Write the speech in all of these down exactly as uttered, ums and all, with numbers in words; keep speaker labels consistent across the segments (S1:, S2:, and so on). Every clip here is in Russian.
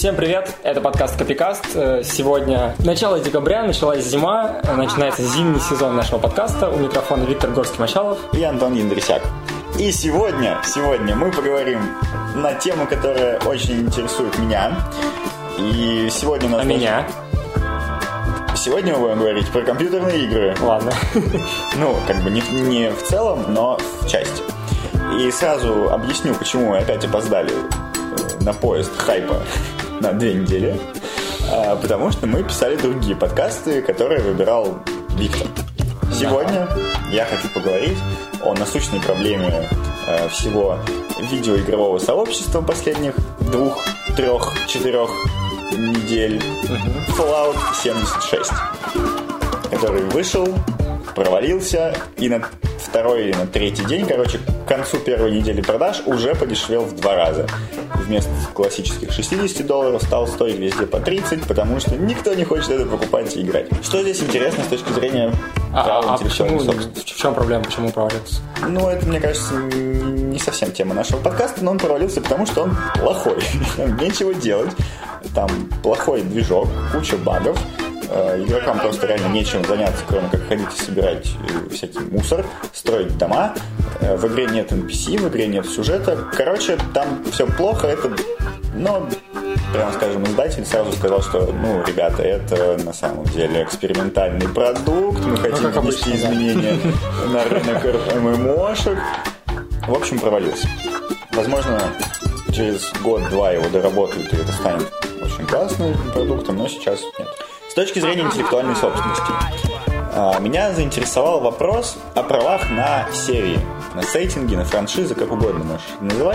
S1: Всем привет, это подкаст Копикаст. Сегодня начало декабря, началась зима, начинается зимний сезон нашего подкаста. У микрофона Виктор Горский-Мочалов
S2: и Антон Яндрисяк. И сегодня, сегодня мы поговорим на тему, которая очень интересует меня. И сегодня у нас...
S1: А
S2: даже...
S1: меня?
S2: Сегодня мы будем говорить про компьютерные игры.
S1: Ладно.
S2: Ну, как бы не, не в целом, но в части. И сразу объясню, почему мы опять опоздали на поезд хайпа на две недели. А, потому что мы писали другие подкасты, которые выбирал Виктор. Сегодня я хочу поговорить о насущной проблеме э, всего видеоигрового сообщества последних двух, трех, четырех недель. Uh-huh. Fallout семьдесят шесть, который вышел, провалился и на второй или на третий день, короче, к концу первой недели продаж уже подешевел в два раза. Вместо классических шестьдесят долларов стал стоить везде по тридцать, потому что никто не хочет это покупать и играть. Что здесь интересно с точки зрения права
S1: а,
S2: интеллектуальной
S1: а
S2: собственности?
S1: В чем проблема, почему провалился?
S2: Ну, это, мне кажется, не совсем тема нашего подкаста, но он провалился, потому что он плохой. Там нечего делать. Там плохой движок, куча багов. Игрокам просто реально нечем заняться, кроме как ходить и собирать всякий мусор, строить дома. В игре нет эн пи си, в игре нет сюжета. Короче, там все плохо. Это, но, прямо скажем, издатель сразу сказал, что, ну, ребята, это на самом деле экспериментальный продукт. Мы хотим
S1: ну,
S2: внести
S1: обычно,
S2: изменения да. на рынок эм эм о-шек. В общем, провалился. Возможно, через год-два его доработают, и это станет очень классным продуктом, но сейчас нет. С точки зрения интеллектуальной собственности, меня заинтересовал вопрос о правах на серии, на сеттинги, на франшизы, как угодно можешь называть.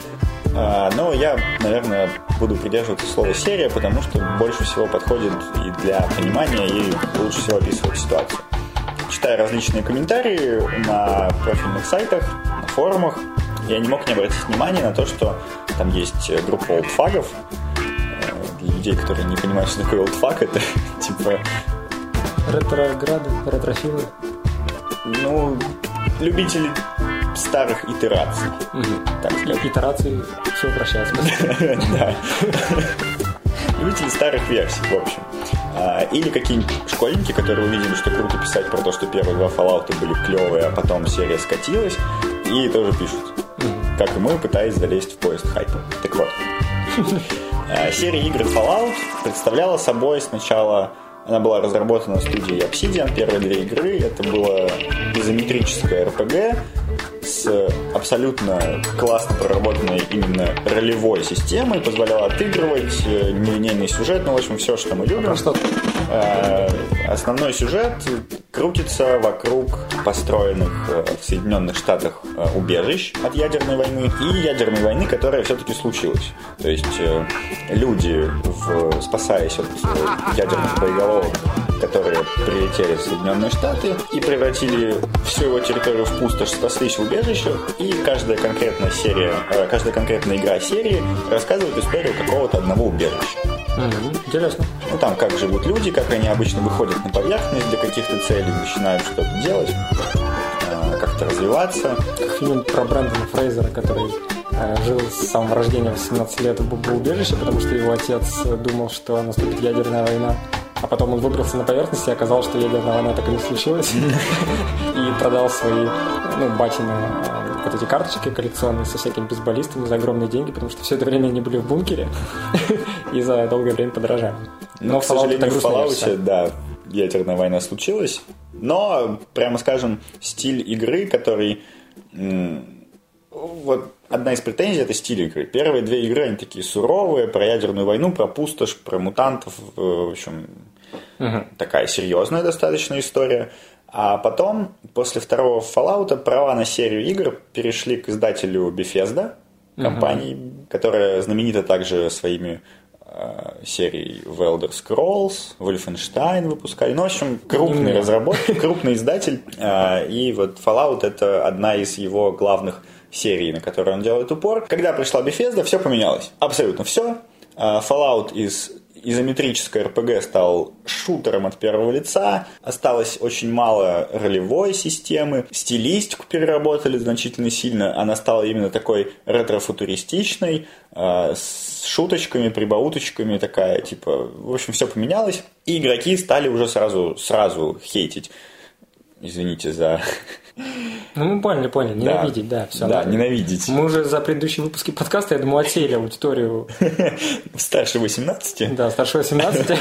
S2: Но я, наверное, буду придерживаться слова «серия», потому что больше всего подходит и для понимания, и лучше всего описывает ситуацию. Читая различные комментарии на профильных сайтах, на форумах, я не мог не обратить внимания на то, что там есть группа олдфагов. Для людей, которые не понимают, что такое олдфаг, это типа...
S1: Ретрограды, ретрофилы.
S2: Ну, любители старых итераций.
S1: Угу.
S2: Так сказать.
S1: Итерации все упрощается.
S2: Да. Любители старых версий, в общем. Или какие-нибудь школьники, которые увидели, что круто писать про то, что первые два Fallout были клевые, а потом серия скатилась, и тоже пишут. Как и мы, пытаясь залезть в поезд хайпа. Так вот. Серия игр Fallout представляла собой сначала... Она была разработана в студии Obsidian, первые две игры. Это было изометрическое эр пи джи с абсолютно классно проработанной именно ролевой системой. Позволяла отыгрывать нелинейный сюжет, ну, в общем, все, что мы любим. Основной сюжет крутится вокруг построенных в Соединенных Штатах убежищ от ядерной войны и ядерной войны, которая все-таки случилась. То есть люди, в, спасаясь от ядерных боеголовок, которые прилетели в Соединенные Штаты и превратили всю его территорию в пустошь, спаслись в убежищах, и каждая конкретная серия, каждая конкретная игра серии рассказывает историю какого-то одного убежища.
S1: Mm-hmm. Интересно.
S2: Ну, там, как живут люди, как они обычно выходят на поверхность для каких-то целей, начинают что-то делать, э, как-то развиваться.
S1: Фильм про Брэндона Фрейзера, который э, жил с самого рождения в семнадцать лет в убежище, потому что его отец думал, что наступит ядерная война. А потом он выбрался на поверхность, и оказалось, что ядерная война так и не случилась. И продал свои, ну, батины вот эти карточки коллекционные со всякими бейсболистами за огромные деньги, потому что все это время они были в бункере и за долгое время подорожали.
S2: Но, к сожалению, в Fallout, да, ядерная война случилась. Но, прямо скажем, стиль игры, который... Вот одна из претензий – это стиль игры. Первые две игры, они такие суровые, про ядерную войну, про пустошь, про мутантов. В общем, угу. Такая серьезная достаточно история. А потом, после второго Fallout, права на серию игр перешли к издателю Bethesda, компании, угу. которая знаменита также своими э, серией The Elder Scrolls, Wolfenstein выпускали. Ну, в общем, крупный разработчик, крупный издатель. Э, и вот Fallout – это одна из его главных серий, на которой он делает упор. Когда пришла Bethesda, все поменялось. Абсолютно все. Fallout из изометрическое эр пи джи стал шутером от первого лица, осталось очень мало ролевой системы, стилистику переработали значительно сильно, она стала именно такой ретро-футуристичной, э, с шуточками, прибауточками такая, типа, в общем, все поменялось, и игроки стали уже сразу, сразу хейтить. Извините за...
S1: Ну, мы поняли, поняли. Ненавидеть, да. да, все.
S2: Да, ненавидеть.
S1: Мы уже за предыдущие выпуски подкаста, я думаю, отсеяли аудиторию.
S2: Старше восемнадцати?
S1: Да, старше восемнадцати.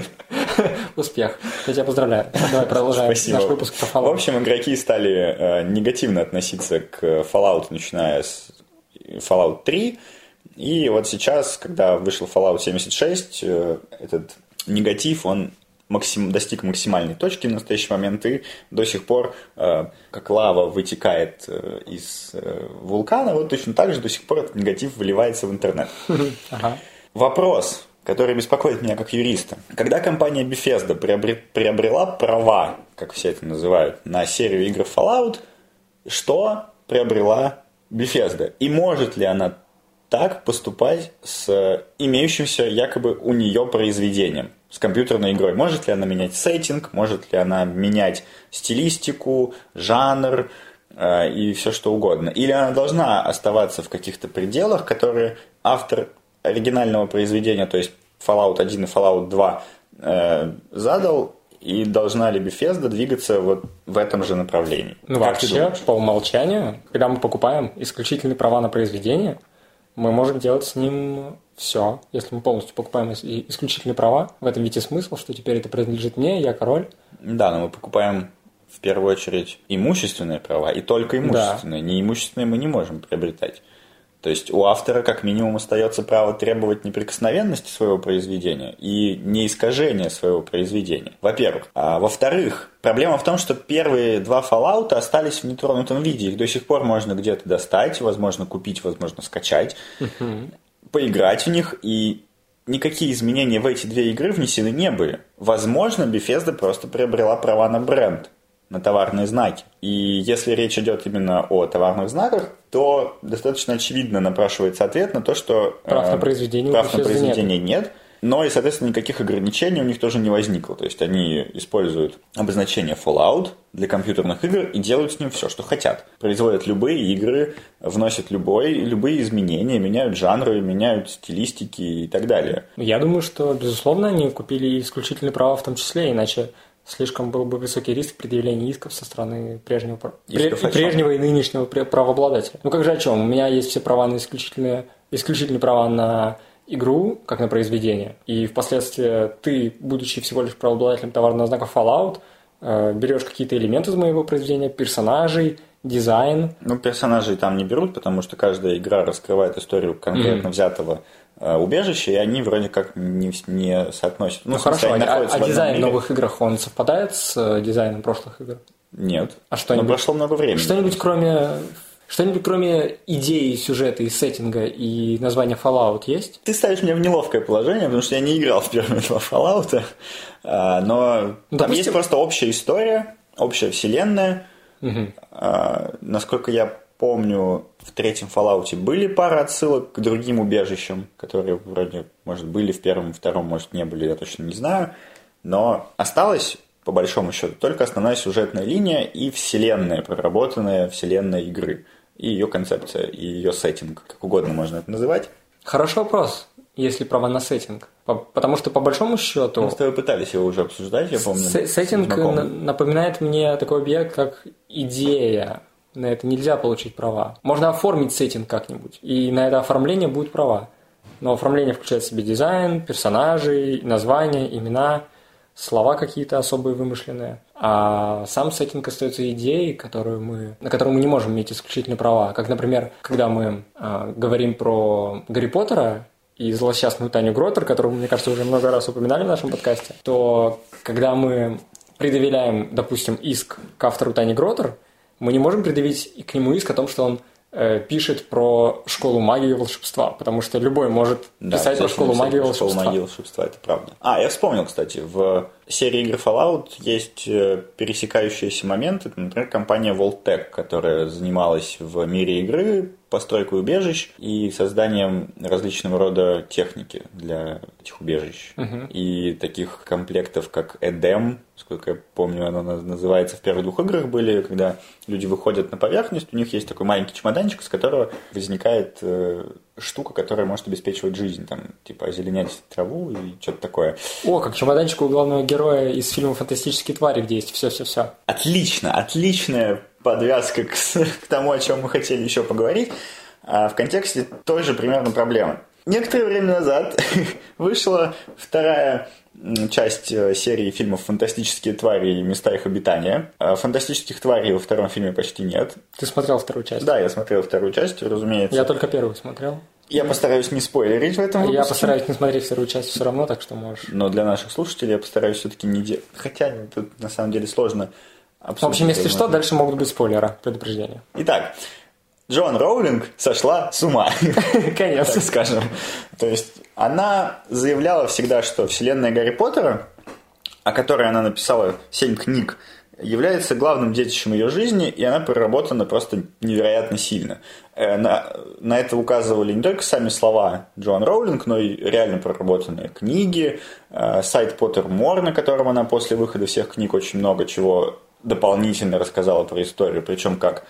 S1: Успех. Я тебя поздравляю. Давай продолжаем наш выпуск по Fallout.
S2: В общем, игроки стали э, негативно относиться к Fallout, начиная с Fallout три. И вот сейчас, когда вышел Fallout семьдесят шесть, э, этот негатив, он максим, достиг максимальной точки в настоящий момент, и до сих пор, э, как лава вытекает э, из э, вулкана, вот точно так же до сих пор этот негатив выливается в интернет.
S1: Ага.
S2: Вопрос, который беспокоит меня как юриста. Когда компания Bethesda приобрела права, как все это называют, на серию игр Fallout, что приобрела Bethesda? И может ли она так поступать с имеющимся якобы у нее произведением, с компьютерной игрой? Может ли она менять сеттинг, может ли она менять стилистику, жанр э, и все что угодно? Или она должна оставаться в каких-то пределах, которые автор оригинального произведения, то есть Fallout один и Fallout два, э, задал, и должна ли Bethesda двигаться вот в этом же направлении?
S1: Ну,
S2: как
S1: вообще, по умолчанию, когда мы покупаем исключительные права на произведение, мы можем делать с ним все. Если мы полностью покупаем исключительные права, в этом ведь и смысл, что теперь это принадлежит мне, я король.
S2: Да, но мы покупаем в первую очередь имущественные права, и только имущественные. Да. Неимущественные мы не можем приобретать. То есть у автора как минимум остается право требовать неприкосновенности своего произведения и неискажения своего произведения. Во-первых. А во-вторых, проблема в том, что первые два Fallout остались в нетронутом виде. Их до сих пор можно где-то достать, возможно купить, возможно скачать, uh-huh. поиграть в них, и никакие изменения в эти две игры внесены не были. Возможно, Bethesda просто приобрела права на бренд, на товарные знаки. И если речь идет именно о товарных знаках, то достаточно очевидно напрашивается ответ на то, что
S1: прав на произведение,
S2: прав на произведение нет. нет, но и, соответственно, никаких ограничений у них тоже не возникло. То есть они используют обозначение Fallout для компьютерных игр и делают с ним все, что хотят. Производят любые игры, вносят любой, любые изменения, меняют жанры, меняют стилистики и так далее.
S1: Я думаю, что, безусловно, они купили исключительные права в том числе, иначе слишком был бы высокий риск предъявления исков со стороны прежнего, исков пре, прежнего и нынешнего правообладателя. Ну как же о чем? У меня есть все права на исключительные, исключительные права на игру, как на произведение. И впоследствии ты, будучи всего лишь правообладателем товарного знака Fallout, берешь какие-то элементы из моего произведения, персонажей, дизайн.
S2: Ну, персонажей там не берут, потому что каждая игра раскрывает историю конкретно mm-hmm. взятого убежища, и они вроде как не, не соотносят.
S1: Ну, ну хорошо, а, а дизайн в новых играх, он совпадает с дизайном прошлых игр?
S2: Нет.
S1: А что-нибудь?
S2: Но прошло много времени.
S1: Что-нибудь кроме... Что-нибудь кроме идеи, сюжета и сеттинга и названия Fallout есть?
S2: Ты ставишь меня в неловкое положение, потому что я не играл в первые два Fallout, но ну, там допустим... есть просто общая история, общая вселенная. Угу. Насколько я помню, в третьем Fallout были пара отсылок к другим убежищам, которые вроде, может, были в первом, втором, может, не были, я точно не знаю. Но осталось, по большому счету, только основная сюжетная линия и вселенная, проработанная вселенная игры. И ее концепция, и ее сеттинг, как угодно можно это называть.
S1: Хороший вопрос, если права на сеттинг. Потому что, по большому счету...
S2: Мы с тобой пытались его уже обсуждать, я помню.
S1: Сеттинг напоминает мне такой объект, как идея. На это нельзя получить права. Можно оформить сеттинг как-нибудь, и на это оформление будут права. Но оформление включает в себе дизайн, персонажей, названия, имена, слова какие-то особые вымышленные. А сам сеттинг остается идеей, которую мы, на которую мы не можем иметь исключительные права. Как, например, когда мы э, говорим про Гарри Поттера и злосчастную Таню Гротер, которую, мне кажется, уже много раз упоминали в нашем подкасте, то когда мы предъявляем, допустим, иск к автору Тани Гротер, мы не можем предъявить к нему иск о том, что он э, пишет про школу магии и волшебства, потому что любой может
S2: да,
S1: писать про школу магии и волшебства.
S2: Школу магии и волшебства, это правда. А, я вспомнил, кстати, в серии игр Fallout есть пересекающиеся моменты. Например, компания Vault-Tec, которая занималась в мире игры постройкой убежищ и созданием различного рода техники для этих убежищ. Uh-huh. И таких комплектов, как Эдем, сколько я помню, оно называется, в первых двух играх были, когда люди выходят на поверхность, у них есть такой маленький чемоданчик, с которого возникает э, штука, которая может обеспечивать жизнь, там, типа озеленять траву и что-то такое.
S1: О, как чемоданчик у главного героя из фильма «Фантастические твари», где есть все-все-все.
S2: Отлично, отличная подвязка к, к тому, о чем мы хотели еще поговорить, а в контексте той же примерно проблемы. Некоторое время назад вышла вторая часть серии фильмов «Фантастические твари и места их обитания». Фантастических тварей во втором фильме почти нет.
S1: Ты смотрел вторую часть?
S2: Да, я смотрел вторую часть, разумеется.
S1: Я только первую смотрел.
S2: Я постараюсь не спойлерить в этом выпуске.
S1: Я постараюсь не смотреть вторую часть все равно, так что можешь.
S2: Но для наших слушателей я постараюсь все-таки не делать. Хотя тут на самом деле сложно обсудить.
S1: В общем, если что, дальше могут быть спойлеры, предупреждения.
S2: Итак, Джоан Роулинг сошла с ума.
S1: Конечно.
S2: Так скажем. То есть она заявляла всегда, что вселенная Гарри Поттера, о которой она написала семь книг, является главным детищем ее жизни, и она проработана просто невероятно сильно. На, на это указывали не только сами слова Джоан Роулинг, но и реально проработанные книги, сайт Pottermore, на котором она после выхода всех книг очень много чего дополнительно рассказала про историю, причем как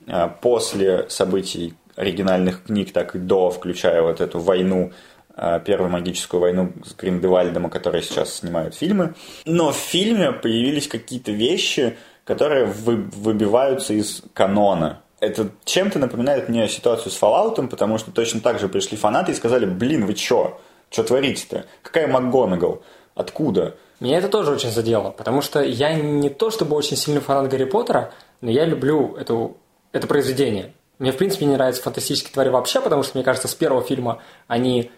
S2: после событий оригинальных книг, так и до, включая вот эту войну, первую магическую войну с Гриндевальдом, о которой сейчас снимают фильмы. Но в фильме появились какие-то вещи, которые вы, выбиваются из канона. Это чем-то напоминает мне ситуацию с Fallout, потому что точно так же пришли фанаты и сказали: блин, вы чё? Чё творите-то? Какая МакГонагал? Откуда?
S1: Меня это тоже очень задело, потому что я не то чтобы очень сильный фанат Гарри Поттера, но я люблю эту, это произведение. Мне, в принципе, не нравятся фантастические твари вообще, потому что, мне кажется, с первого фильма они,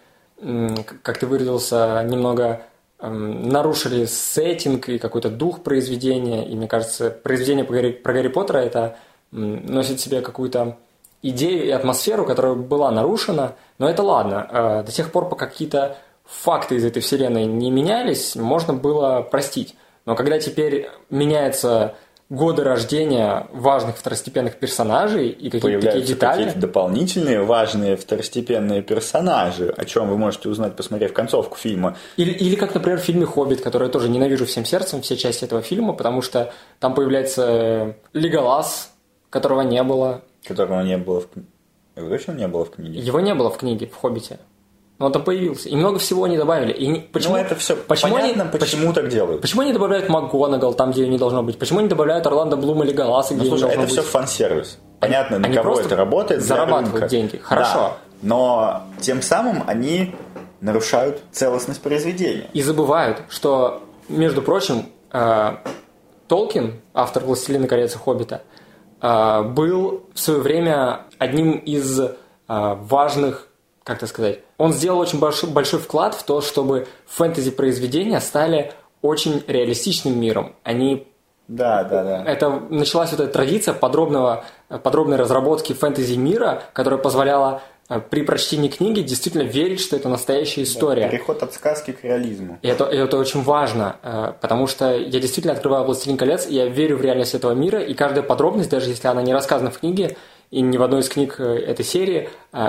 S1: как ты выразился, немного эм, нарушили сеттинг и какой-то дух произведения. И, мне кажется, произведение про Гарри, про Гарри Поттера это эм, носит в себе какую-то идею и атмосферу, которая была нарушена. Но это ладно. Э, до тех пор, пока какие-то факты из этой вселенной не менялись, можно было простить. Но когда теперь меняются годы рождения важных второстепенных персонажей и какие-то такие детали...
S2: какие-то дополнительные важные второстепенные персонажи, о чем вы можете узнать, посмотрев концовку фильма.
S1: Или, или как, например, в фильме «Хоббит», который я тоже ненавижу всем сердцем, все части этого фильма, потому что там появляется Леголас, которого не было.
S2: Которого не было в книге. Его точно не было в книге?
S1: Его не было в книге, в «Хоббите». Но он там появился. И много всего они добавили. И не, почему,
S2: ну, это все
S1: почему
S2: понятно,
S1: они,
S2: почему, почему так делают.
S1: Почему они добавляют МакГонагал там, где ее не должно быть? Почему они добавляют Орландо Блума или Галаса, где
S2: ну, слушай,
S1: ее не должно
S2: это
S1: быть?
S2: все фан-сервис. Понятно, на кого это работает.
S1: Зарабатывают деньги. Хорошо.
S2: Да, но тем самым они нарушают целостность произведения.
S1: И забывают, что, между прочим, э, Толкин, автор «Властелина колец» и «Хоббита», э, был в свое время одним из э, важных, как это сказать, он сделал очень большой, большой вклад в то, чтобы фэнтези-произведения стали очень реалистичным миром. Они...
S2: Да, да, да.
S1: Это началась вот эта традиция подробного, подробной разработки фэнтези-мира, которая позволяла при прочтении книги действительно верить, что это настоящая история.
S2: Да, переход от сказки к реализму.
S1: И это, это очень важно, потому что я действительно открываю «Властелин колец», и я верю в реальность этого мира, и каждая подробность, даже если она не рассказана в книге, и ни в одной из книг этой серии,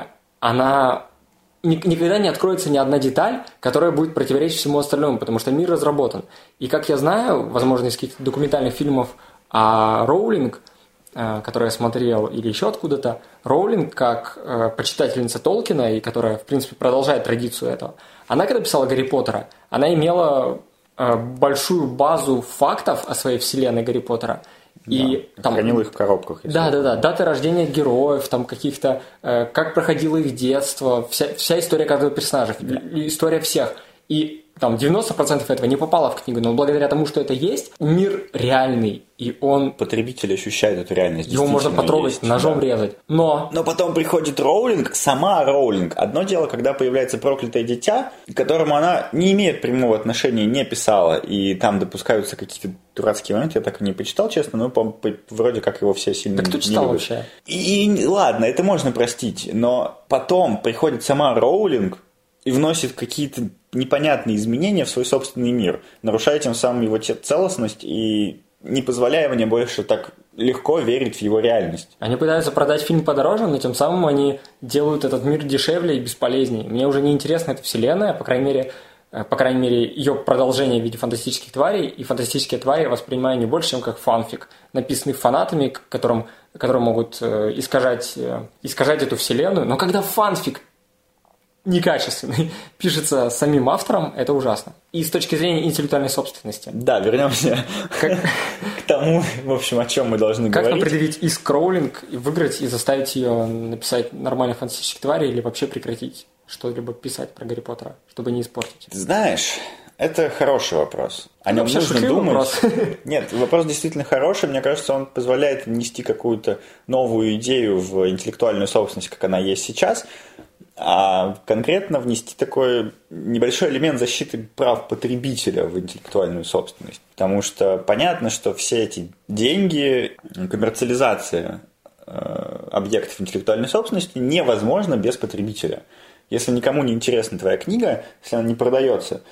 S1: она... никогда не откроется ни одна деталь, которая будет противоречить всему остальному, потому что мир разработан. И как я знаю, возможно, из каких-то документальных фильмов о Роулинг, которые я смотрел, или еще откуда-то, Роулинг, как почитательница Толкина, и которая, в принципе, продолжает традицию этого, она, когда писала Гарри Поттера, она имела большую базу фактов о своей вселенной Гарри Поттера, и
S2: да,
S1: там
S2: хранил их в коробках.
S1: Да, да, да. Даты рождения героев, там каких-то, э, как проходило их детство, вся, вся история каждого персонажа, да. История всех. И там девяносто процентов этого не попало в книгу, но благодаря тому, что это есть, мир реальный, и он...
S2: Потребитель ощущает эту реальность.
S1: Его можно потрогать, есть, ножом да. резать. Но...
S2: Но потом приходит Роулинг, сама Роулинг. Одно дело, когда появляется проклятое дитя, к которому она не имеет прямого отношения, не писала, и там допускаются какие-то дурацкие моменты, я так и не почитал, честно, но по, по, вроде как его все сильно
S1: да кто
S2: не
S1: читал
S2: любят.
S1: Вообще?
S2: И, и ладно, это можно простить, но потом приходит сама Роулинг, и вносит какие-то непонятные изменения в свой собственный мир, нарушая тем самым его целостность и не позволяя мне больше так легко верить в его реальность.
S1: Они пытаются продать фильм подороже, но тем самым они делают этот мир дешевле и бесполезнее. Мне уже не интересна эта вселенная, по крайней мере, по крайней мере, ее продолжение в виде фантастических тварей, и фантастические твари я воспринимаю не больше, чем как фанфик, написанный фанатами, которым, которые могут искажать, искажать эту вселенную. Но когда фанфик некачественный пишется самим автором, это ужасно. И с точки зрения интеллектуальной собственности.
S2: Да, вернемся как... к тому, в общем, о чем мы должны
S1: как
S2: говорить.
S1: Как нам предъявить иск Роулинг и выиграть, и заставить ее написать нормальные фантастические твари, или вообще прекратить что-либо писать про Гарри Поттера, чтобы не испортить?
S2: Знаешь, это хороший вопрос. О нем нужно думать. Вопрос. Нет, вопрос действительно хороший. Мне кажется, он позволяет внести какую-то новую идею в интеллектуальную собственность, как она есть сейчас, а конкретно внести такой небольшой элемент защиты прав потребителя в интеллектуальную собственность. Потому что понятно, что все эти деньги, коммерциализация э, объектов интеллектуальной собственности невозможна без потребителя. Если никому не интересна твоя книга, если она не продается,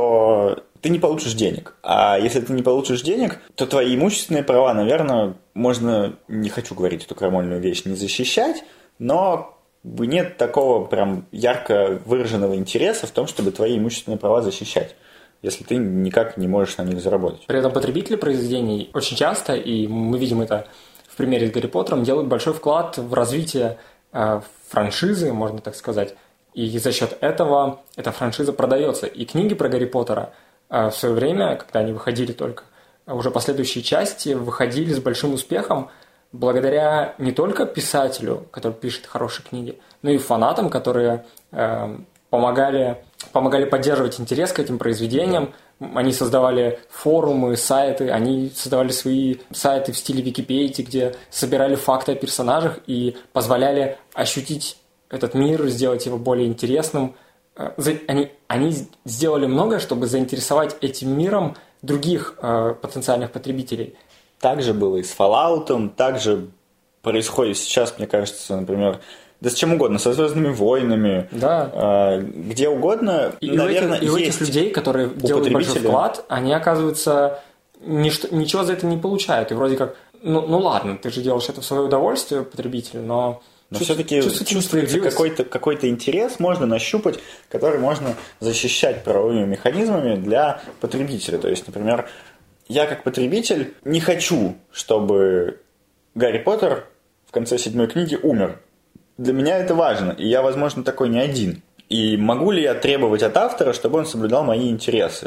S2: то ты не получишь денег. А если ты не получишь денег, то твои имущественные права, наверное, можно, не хочу говорить эту крамольную вещь, не защищать, но нет такого прям ярко выраженного интереса в том, чтобы твои имущественные права защищать, если ты никак не можешь на них заработать.
S1: При этом потребители произведений очень часто, и мы видим это в примере с Гарри Поттером, делают большой вклад в развитие э, франшизы, можно так сказать, и за счет этого эта франшиза продается. И книги про Гарри Поттера э, в свое время, когда они выходили только, уже последующие части выходили с большим успехом, благодаря не только писателю, который пишет хорошие книги, но и фанатам, которые э, помогали, помогали поддерживать интерес к этим произведениям. Они создавали форумы, сайты, они создавали свои сайты в стиле Википедии, где собирали факты о персонажах и позволяли ощутить этот мир, сделать его более интересным. Они, они сделали многое, чтобы заинтересовать этим миром других э, потенциальных потребителей.
S2: Так же было и с Fallout, так же происходит сейчас, мне кажется, например, да с чем угодно, со «Звездными войнами»,
S1: да.
S2: э, где угодно,
S1: и
S2: наверное,
S1: и у этих,
S2: есть
S1: и у этих людей, которые делают большой вклад, они, оказывается, ничто, ничего за это не получают. И вроде как, ну, ну ладно, ты же делаешь это в свое удовольствие, потребитель, но...
S2: Но все-таки чувствуется какой-то, какой-то интерес, можно нащупать, который можно защищать правовыми механизмами для потребителя. То есть, например, я как потребитель не хочу, чтобы Гарри Поттер в конце седьмой книги умер. Для меня это важно, и я, возможно, такой не один. И могу ли я требовать от автора, чтобы он соблюдал мои интересы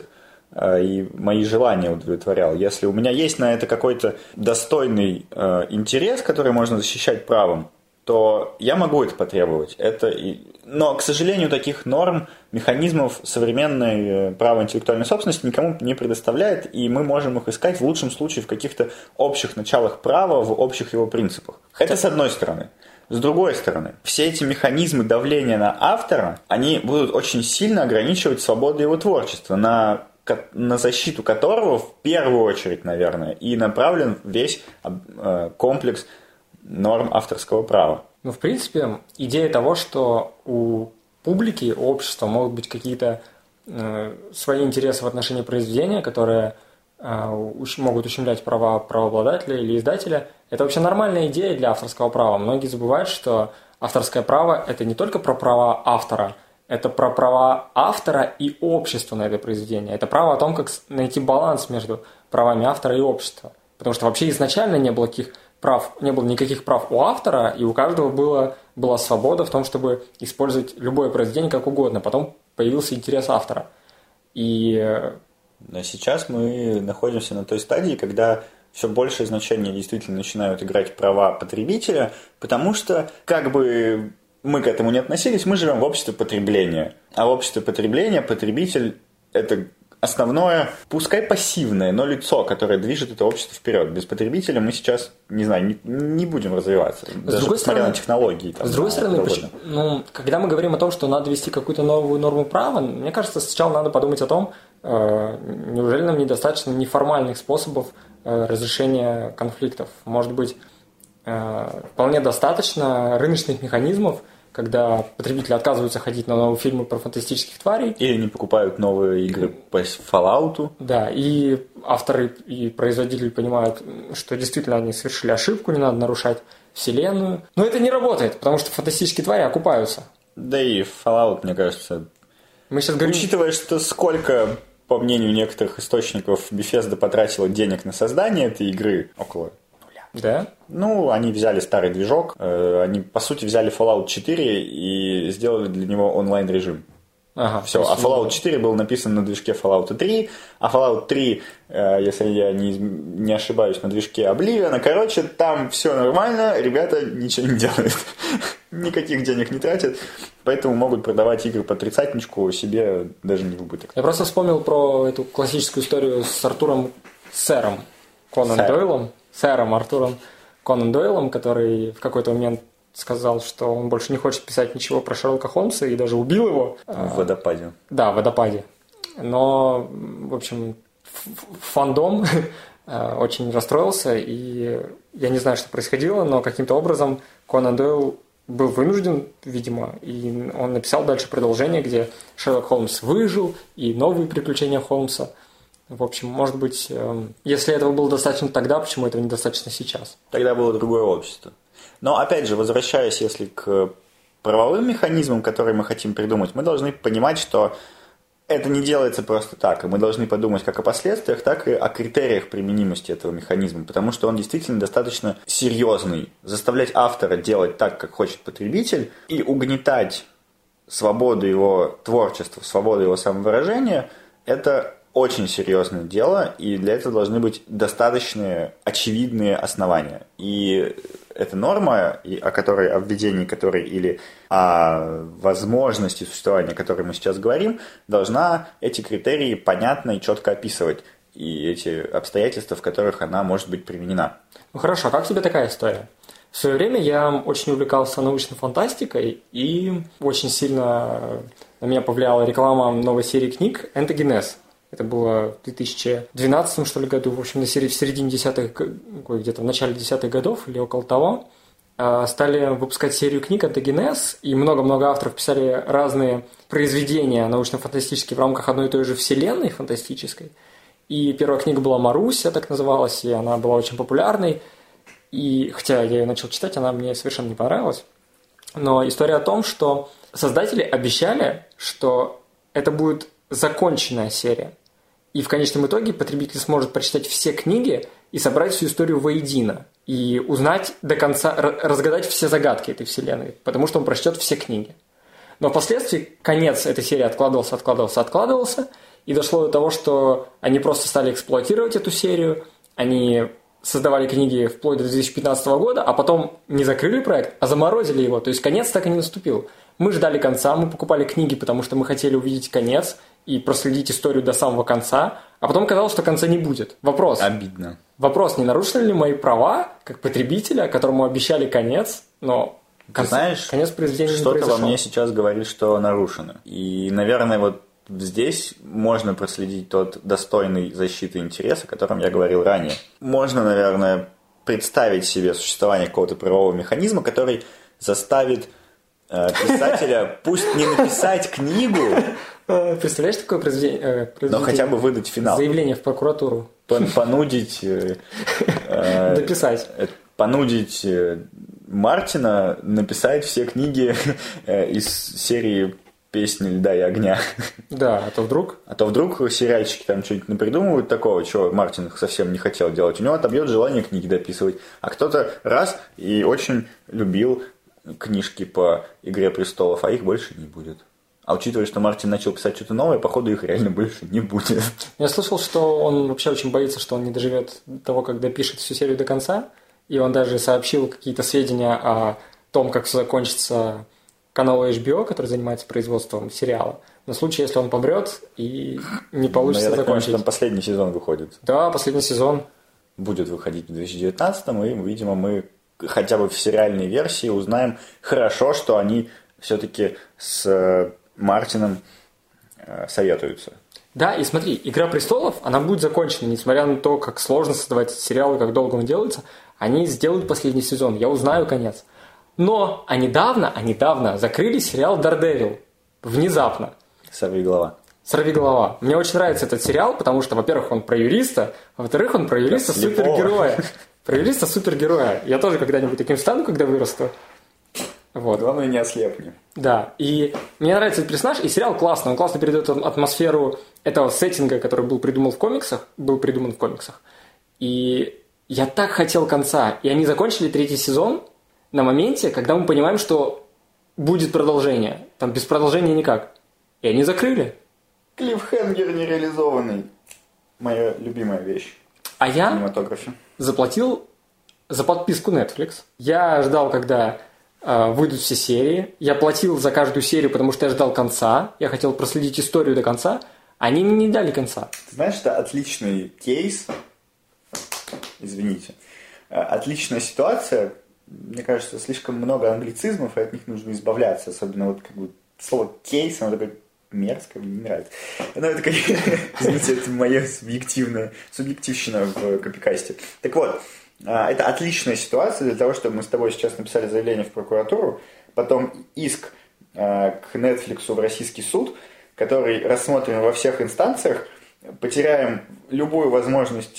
S2: и мои желания удовлетворял? Если у меня есть на это какой-то достойный интерес, который можно защищать правом, то я могу это потребовать. Это и... Но, к сожалению, таких норм, механизмов современной права интеллектуальной собственности никому не предоставляет, и мы можем их искать в лучшем случае в каких-то общих началах права, в общих его принципах. Это с одной стороны. С другой стороны, все эти механизмы давления на автора, они будут очень сильно ограничивать свободу его творчества, на, на защиту которого в первую очередь, наверное, и направлен весь э, комплекс норм авторского права.
S1: Ну, в принципе, идея того, что у публики, у общества могут быть какие-то э, свои интересы в отношении произведения, которые э, могут ущемлять права правообладателя или издателя, это вообще нормальная идея для авторского права. Многие забывают, что авторское право – это не только про права автора, это про права автора и общества на это произведение. Это право о том, как найти баланс между правами автора и общества. Потому что вообще изначально не было таких прав, не было никаких прав у автора, и у каждого было, была свобода в том, чтобы использовать любое произведение как угодно. Потом появился интерес автора. И...
S2: Но сейчас мы находимся на той стадии, когда все большее значение действительно начинают играть права потребителя, потому что, как бы мы к этому не относились, мы живем в обществе потребления. А в обществе потребления потребитель – это основное, пускай пассивное, но лицо, которое движет это общество вперед. Без потребителя мы сейчас, не знаю, не, не будем развиваться.
S1: С
S2: даже
S1: другой
S2: несмотря
S1: стороны,
S2: на технологии. Там,
S1: с другой
S2: на
S1: стороны, почему, ну, когда мы говорим о том, что надо ввести какую-то новую норму права, мне кажется, сначала надо подумать о том, э, неужели нам недостаточно неформальных способов э, разрешения конфликтов. Может быть, э, вполне достаточно рыночных механизмов, когда потребители отказываются ходить на новые фильмы про фантастических тварей.
S2: Или не покупают новые игры по Fallout.
S1: Да, и авторы и производители понимают, что действительно они совершили ошибку, не надо нарушать вселенную. Но это не работает, потому что фантастические твари окупаются.
S2: Да и Fallout, мне кажется...
S1: Мы сейчас говорим...
S2: Учитывая, что сколько, по мнению некоторых источников, Bethesda потратила денег на создание этой игры, около нуля.
S1: Да?
S2: Ну, они взяли старый движок, они, по сути, взяли Fallout четыре и сделали для него онлайн-режим.
S1: Ага,
S2: все, а Fallout четыре был написан на движке Fallout три, а Fallout три, если я не, не ошибаюсь, на движке Oblivion. Короче, там все нормально, ребята ничего не делают. Никаких денег не тратят, поэтому могут продавать игры по тридцатничку себе даже не в убыток.
S1: Я просто вспомнил про эту классическую историю с Артуром Сэром Конан Сэр. Дойлом, Сэром Артуром Конан Дойлом, который в какой-то момент сказал, что он больше не хочет писать ничего про Шерлока Холмса и даже убил его.
S2: В водопаде.
S1: Да, в водопаде. Но, в общем, фандом очень расстроился, и я не знаю, что происходило, но каким-то образом Конан Дойл был вынужден, видимо, и он написал дальше продолжение, где Шерлок Холмс выжил, и новые приключения Холмса. В общем, может быть, если этого было достаточно тогда, почему этого недостаточно сейчас?
S2: Тогда было другое общество. Но, опять же, возвращаясь, если к правовым механизмам, которые мы хотим придумать, мы должны понимать, что это не делается просто так, и мы должны подумать как о последствиях, так и о критериях применимости этого механизма, потому что он действительно достаточно серьезный. Заставлять автора делать так, как хочет потребитель, и угнетать свободу его творчества, свободу его самовыражения, это очень серьезное дело, и для этого должны быть достаточно очевидные основания. И эта норма, о которой, о введении которой или о возможности существования, о которой мы сейчас говорим, должна эти критерии понятно и четко описывать, и эти обстоятельства, в которых она может быть применена.
S1: Ну хорошо, а как тебе такая история? В свое время я очень увлекался научной фантастикой, и очень сильно на меня повлияла реклама новой серии книг «Энтогенез». Это было в две тысячи двенадцатом, что ли, году, в общем, на серии, в середине десятых, где-то в начале десятых годов или около того, стали выпускать серию книг «Энтогенез», и много-много авторов писали разные произведения научно-фантастические в рамках одной и той же вселенной фантастической. И первая книга была «Маруся», так называлась, и она была очень популярной. И хотя я ее начал читать, она мне совершенно не понравилась. Но история о том, что создатели обещали, что это будет законченная серия. И в конечном итоге потребитель сможет прочитать все книги и собрать всю историю воедино. И узнать до конца, разгадать все загадки этой вселенной, потому что он прочтет все книги. Но впоследствии конец этой серии откладывался, откладывался, откладывался, и дошло до того, что они просто стали эксплуатировать эту серию, они создавали книги вплоть до две тысячи пятнадцатого года, а потом не закрыли проект, а заморозили его. То есть конец так и не наступил. Мы ждали конца, мы покупали книги, потому что мы хотели увидеть конец и проследить историю до самого конца, а потом казалось, что конца не будет. Вопрос.
S2: Обидно.
S1: Вопрос, не нарушены ли мои права, как потребителя, которому обещали конец, но конец,
S2: знаешь,
S1: конец произведения не произошел.
S2: Что-то во мне сейчас говорит, что нарушено. И, наверное, вот здесь можно проследить тот достойный защиты интереса, о котором я говорил ранее. Можно, наверное, представить себе существование какого-то правового механизма, который заставит э, писателя пусть не написать книгу,
S1: представляешь такое произведение,
S2: но хотя бы выдать финал.
S1: Заявление в прокуратуру.
S2: Понудить
S1: дописать.
S2: Понудить Мартина написать все книги из серии «Песни льда и огня».
S1: Да, а то вдруг...
S2: А то вдруг сериальчики там что-нибудь напридумывают такого, чего Мартин совсем не хотел делать. У него отобьет желание книги дописывать. А кто-то раз и очень любил книжки по «Игре престолов», а их больше не будет. А учитывая, что Мартин начал писать что-то новое, походу их реально больше не будет.
S1: Я слышал, что он вообще очень боится, что он не доживет до того, как допишет всю серию до конца. И он даже сообщил какие-то сведения о том, как все закончится каналу эйч би о, который занимается производством сериала. На случай, если он помрет и не получится
S2: закончить. Я так понимаю, что там
S1: закончить.
S2: последний сезон выходит.
S1: Да, последний сезон.
S2: Будет выходить в две тысячи девятнадцатом, и, видимо, мы хотя бы в сериальной версии узнаем хорошо, что они все-таки с Мартином советуются.
S1: Да, и смотри, «Игра престолов», она будет закончена, несмотря на то, как сложно создавать сериалы, как долго он делается, они сделают последний сезон, я узнаю конец. Но, а недавно, а недавно закрыли сериал «Daredevil». Внезапно.
S2: Сорвиголова.
S1: «Сорвиголова». Мне очень нравится этот сериал, потому что, во-первых, он про юриста, а во-вторых, он про юриста-супергероя. Про юриста-супергероя. Я тоже когда-нибудь таким стану, когда вырасту. Вот.
S2: Главное, не ослепни.
S1: Да, и мне нравится этот персонаж, и сериал классный. Он классно передает атмосферу этого сеттинга, который был придуман в комиксах, был придуман в комиксах. И я так хотел конца. И они закончили третий сезон на моменте, когда мы понимаем, что будет продолжение. Там без продолжения никак. И они закрыли.
S2: Клиффхенгер нереализованный. Моя любимая вещь
S1: а
S2: в
S1: я
S2: кинематографе.
S1: Заплатил за подписку Netflix. Я ждал, когда э, выйдут все серии. Я платил за каждую серию, потому что я ждал конца. Я хотел проследить историю до конца. Они мне не дали конца.
S2: Ты знаешь, это отличный кейс. Извините. Отличная ситуация. Мне кажется, слишком много англицизмов, и от них нужно избавляться. Особенно вот как бы слово кейс, оно такое мерзкое, мне не нравится. Но это, извините, это моя субъективная субъективщина в копикасте. Так вот, это отличная ситуация для того, чтобы мы с тобой сейчас написали заявление в прокуратуру, потом иск к Netflix в российский суд, который рассмотрен во всех инстанциях, потеряем любую возможность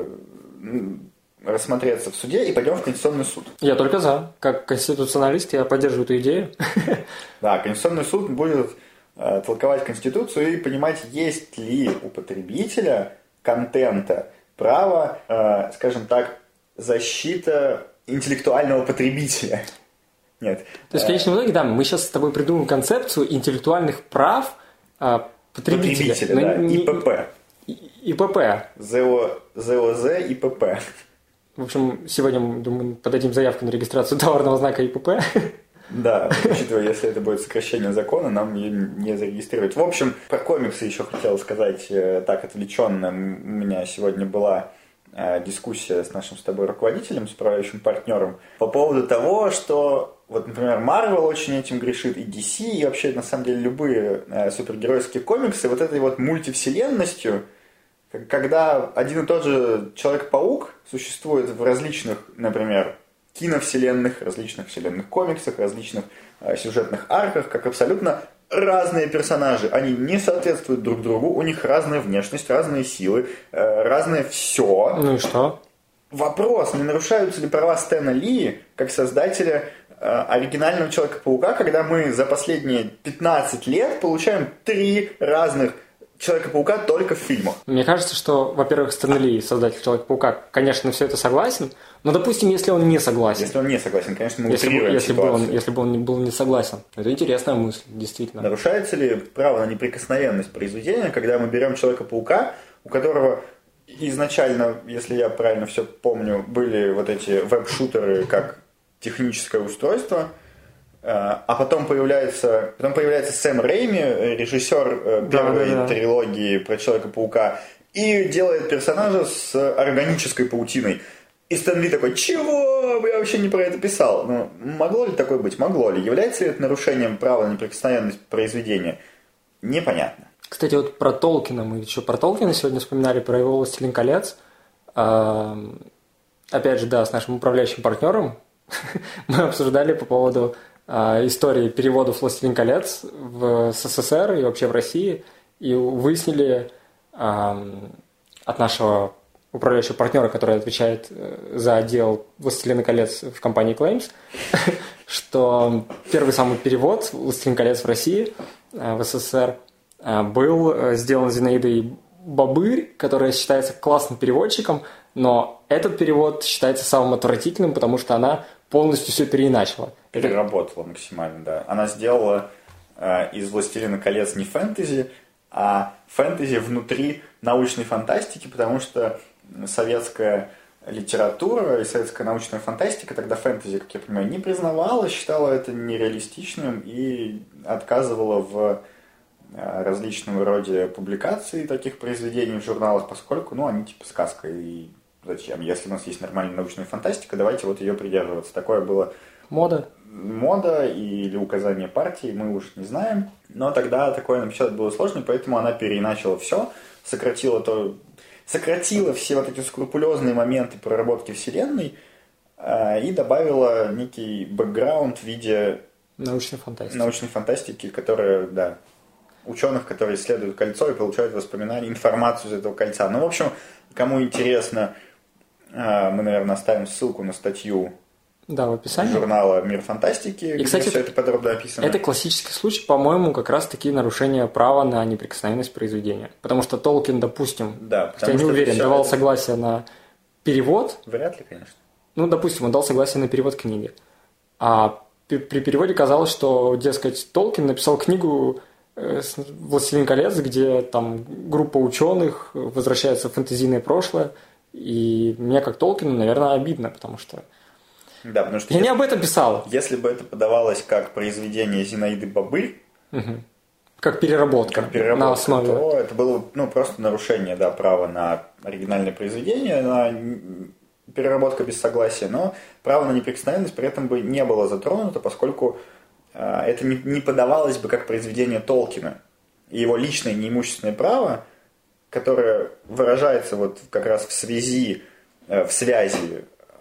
S2: рассмотреться в суде и пойдем в Конституционный суд.
S1: Я только за. Как конституционалист я поддерживаю эту идею.
S2: Да, Конституционный суд будет э, толковать Конституцию и понимать, есть ли у потребителя контента право, э, скажем так, защита интеллектуального потребителя. Нет.
S1: То есть в конечном итоге, да, мы сейчас с тобой придумаем концепцию интеллектуальных прав э, потребителя.
S2: Потребителя, да,
S1: не,
S2: ИПП.
S1: ИПП.
S2: ЗО, ЗОЗ, ИПП.
S1: В общем, сегодня, думаю, подадим заявку на регистрацию товарного знака ИПП.
S2: Да, учитывая, если это будет сокращение закона, нам ее не зарегистрировать. В общем, про комиксы еще хотел сказать так отвлеченно. У меня сегодня была дискуссия с нашим с тобой руководителем, с управляющим партнером, по поводу того, что, вот, например, Marvel очень этим грешит, и ди си, и вообще, на самом деле, любые супергеройские комиксы, вот этой вот мультивселенностью, когда один и тот же Человек-паук существует в различных, например, киновселенных, различных вселенных комиксах, различных э, сюжетных арках, как абсолютно разные персонажи. Они не соответствуют друг другу, у них разная внешность, разные силы, э, разное все.
S1: Ну и что?
S2: Вопрос, не нарушаются ли права Стэна Ли, как создателя э, оригинального Человека-паука, когда мы за последние пятнадцать лет получаем три разных Человека-паука только в фильмах.
S1: Мне кажется, что, во-первых, Стэн Ли, создатель Человека-паука, конечно, все это согласен, но, допустим, если он не согласен.
S2: Если он не согласен, конечно, мы
S1: если,
S2: утрируем
S1: если
S2: ситуацию.
S1: Бы он, если бы он был не согласен. Это интересная мысль, действительно.
S2: Нарушается ли право на неприкосновенность произведения, когда мы берем Человека-паука, у которого изначально, если я правильно все помню, были вот эти веб-шутеры как техническое устройство, а потом появляется, потом появляется Сэм Рэйми, режиссер первой да, да, да. трилогии про Человека-паука, и делает персонажа с органической паутиной. И Стэн Ли такой, чего? Я вообще не про это писал. Ну, могло ли такое быть? Могло ли? Является ли это нарушением права на неприкосновенность произведения? Непонятно.
S1: Кстати, вот про Толкина, мы еще про Толкина сегодня вспоминали, про его «Властелин колец». Опять же, да, с нашим управляющим партнером мы обсуждали по поводу истории переводов «Властелин колец» в СССР и вообще в России, и выяснили э, от нашего управляющего партнера, который отвечает за отдел «Властелина колец» в компании Claims, что первый самый перевод «Властелин колец» в России, э, в СССР, э, был сделан Зинаидой Бобырь, которая считается классным переводчиком, но этот перевод считается самым отвратительным, потому что она полностью все переиначила.
S2: Переработала максимально, да. Она сделала э, из «Властелина колец» не фэнтези, а фэнтези внутри научной фантастики, потому что советская литература и советская научная фантастика тогда фэнтези, как я понимаю, не признавала, считала это нереалистичным и отказывала в э, различном роде публикаций таких произведений в журналах, поскольку, ну, они типа сказка, и зачем? Если у нас есть нормальная научная фантастика, давайте вот ее придерживаться. Такое было...
S1: Мода.
S2: Мода или указание партии, мы уж не знаем. Но тогда такое напечатать было сложно, поэтому она переиначила все, сократила, то, сократила все вот эти скрупулезные моменты проработки вселенной, и добавила некий бэкграунд в виде
S1: научной фантастики,
S2: научной фантастики, которая, да, ученых, которые исследуют кольцо и получают воспоминания, информацию из этого кольца. Ну, в общем, кому интересно, мы, наверное, оставим ссылку на статью, да, в описании журнала «Мир фантастики», и, где кстати, все это подробно описано.
S1: Это классический случай, по-моему, как раз-таки нарушение права на неприкосновенность произведения. Потому что Толкин, допустим,
S2: да,
S1: хотя я не уверен, давал это... согласие на перевод.
S2: Вряд ли, конечно.
S1: Ну, допустим, он дал согласие на перевод книги. А при переводе казалось, что, дескать, Толкин написал книгу «Властелин колец», где там группа ученых возвращается в фэнтезийное прошлое. И мне, как Толкину, наверное, обидно, потому что...
S2: Да, потому что
S1: я
S2: если,
S1: не об этом писал.
S2: Если бы это подавалось как произведение Зинаиды Бобыль,
S1: угу. как переработка,
S2: как переработка
S1: на основе...
S2: то это было ну, просто нарушение, да, права на оригинальное произведение, на переработка без согласия, но право на неприкосновенность при этом бы не было затронуто, поскольку э, это не, не подавалось бы как произведение Толкина. И его личное неимущественное право, которое выражается вот как раз в связи, э, в связи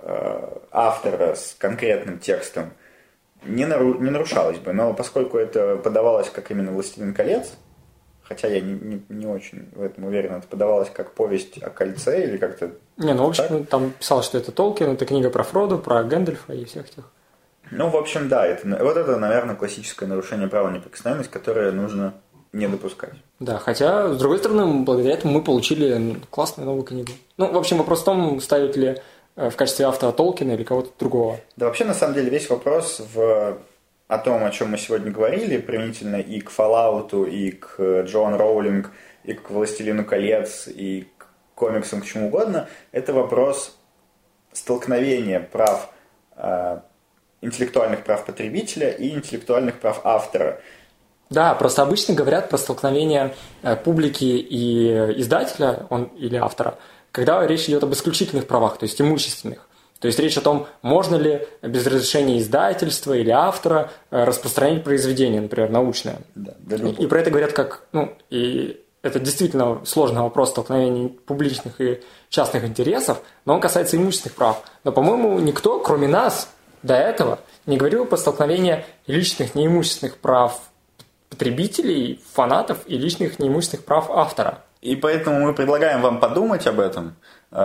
S2: автора с конкретным текстом, не, нару, не нарушалось бы. Но поскольку это подавалось как именно «Властелин колец», хотя я не, не, не очень в этом уверен, это подавалось как повесть о кольце или как-то...
S1: Не, ну, в общем, так? Там писалось, что это Толкин, это книга про Фродо, про Гэндальфа и всех тех.
S2: Ну, в общем, да, это, вот это, наверное, классическое нарушение права на неприкосновенность, которое нужно не допускать.
S1: Да, хотя, с другой стороны, благодаря этому мы получили классную новую книгу. Ну, в общем, вопрос в том, ставить ли в качестве автора Толкина или кого-то другого.
S2: Да, вообще, на самом деле, весь вопрос в... о том, о чем мы сегодня говорили, применительно и к Fallout, и к Джоан Роулинг, и к «Властелину колец», и к комиксам, к чему угодно, это вопрос столкновения прав, э, интеллектуальных прав потребителя и интеллектуальных прав автора.
S1: Да, просто обычно говорят про столкновение публики и издателя он, или автора, когда речь идет об исключительных правах, то есть имущественных. То есть речь о том, можно ли без разрешения издательства или автора распространять произведение, например, научное.
S2: Да,
S1: и, и про это говорят как... Ну, и это действительно сложный вопрос столкновения публичных и частных интересов, но он касается имущественных прав. Но, по-моему, никто, кроме нас, до этого не говорил про столкновение личных неимущественных прав потребителей, фанатов и личных неимущественных прав автора.
S2: И поэтому мы предлагаем вам подумать об этом.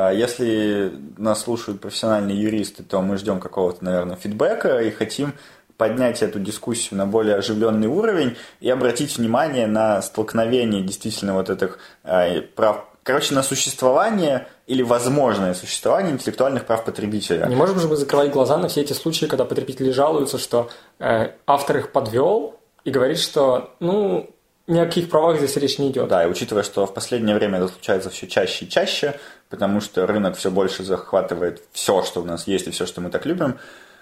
S2: Если нас слушают профессиональные юристы, то мы ждем какого-то, наверное, фидбэка и хотим поднять эту дискуссию на более оживленный уровень и обратить внимание на столкновение действительно вот этих прав, короче, на существование или возможное существование интеллектуальных прав потребителя.
S1: Не можем же мы закрывать глаза на все эти случаи, когда потребители жалуются, что э, автор их подвел и говорит, что, ну, ни о каких правах здесь речь не идет.
S2: Да, и учитывая, что в последнее время это случается все чаще и чаще, потому что рынок все больше захватывает все, что у нас есть, и все, что мы так любим,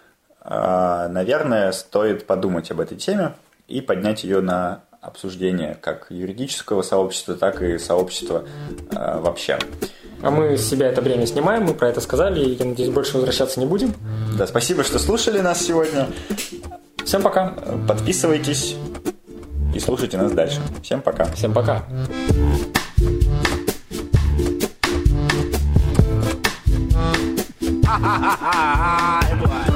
S2: наверное, стоит подумать об этой теме и поднять ее на обсуждение как юридического сообщества, так и сообщества вообще.
S1: А мы с себя это бремя снимаем, мы про это сказали, и, я надеюсь, больше возвращаться не будем.
S2: Да, спасибо, что слушали нас сегодня.
S1: Всем пока.
S2: Подписывайтесь и слушайте нас дальше. Всем пока.
S1: Всем пока.
S3: Ha ha ha ha, boy.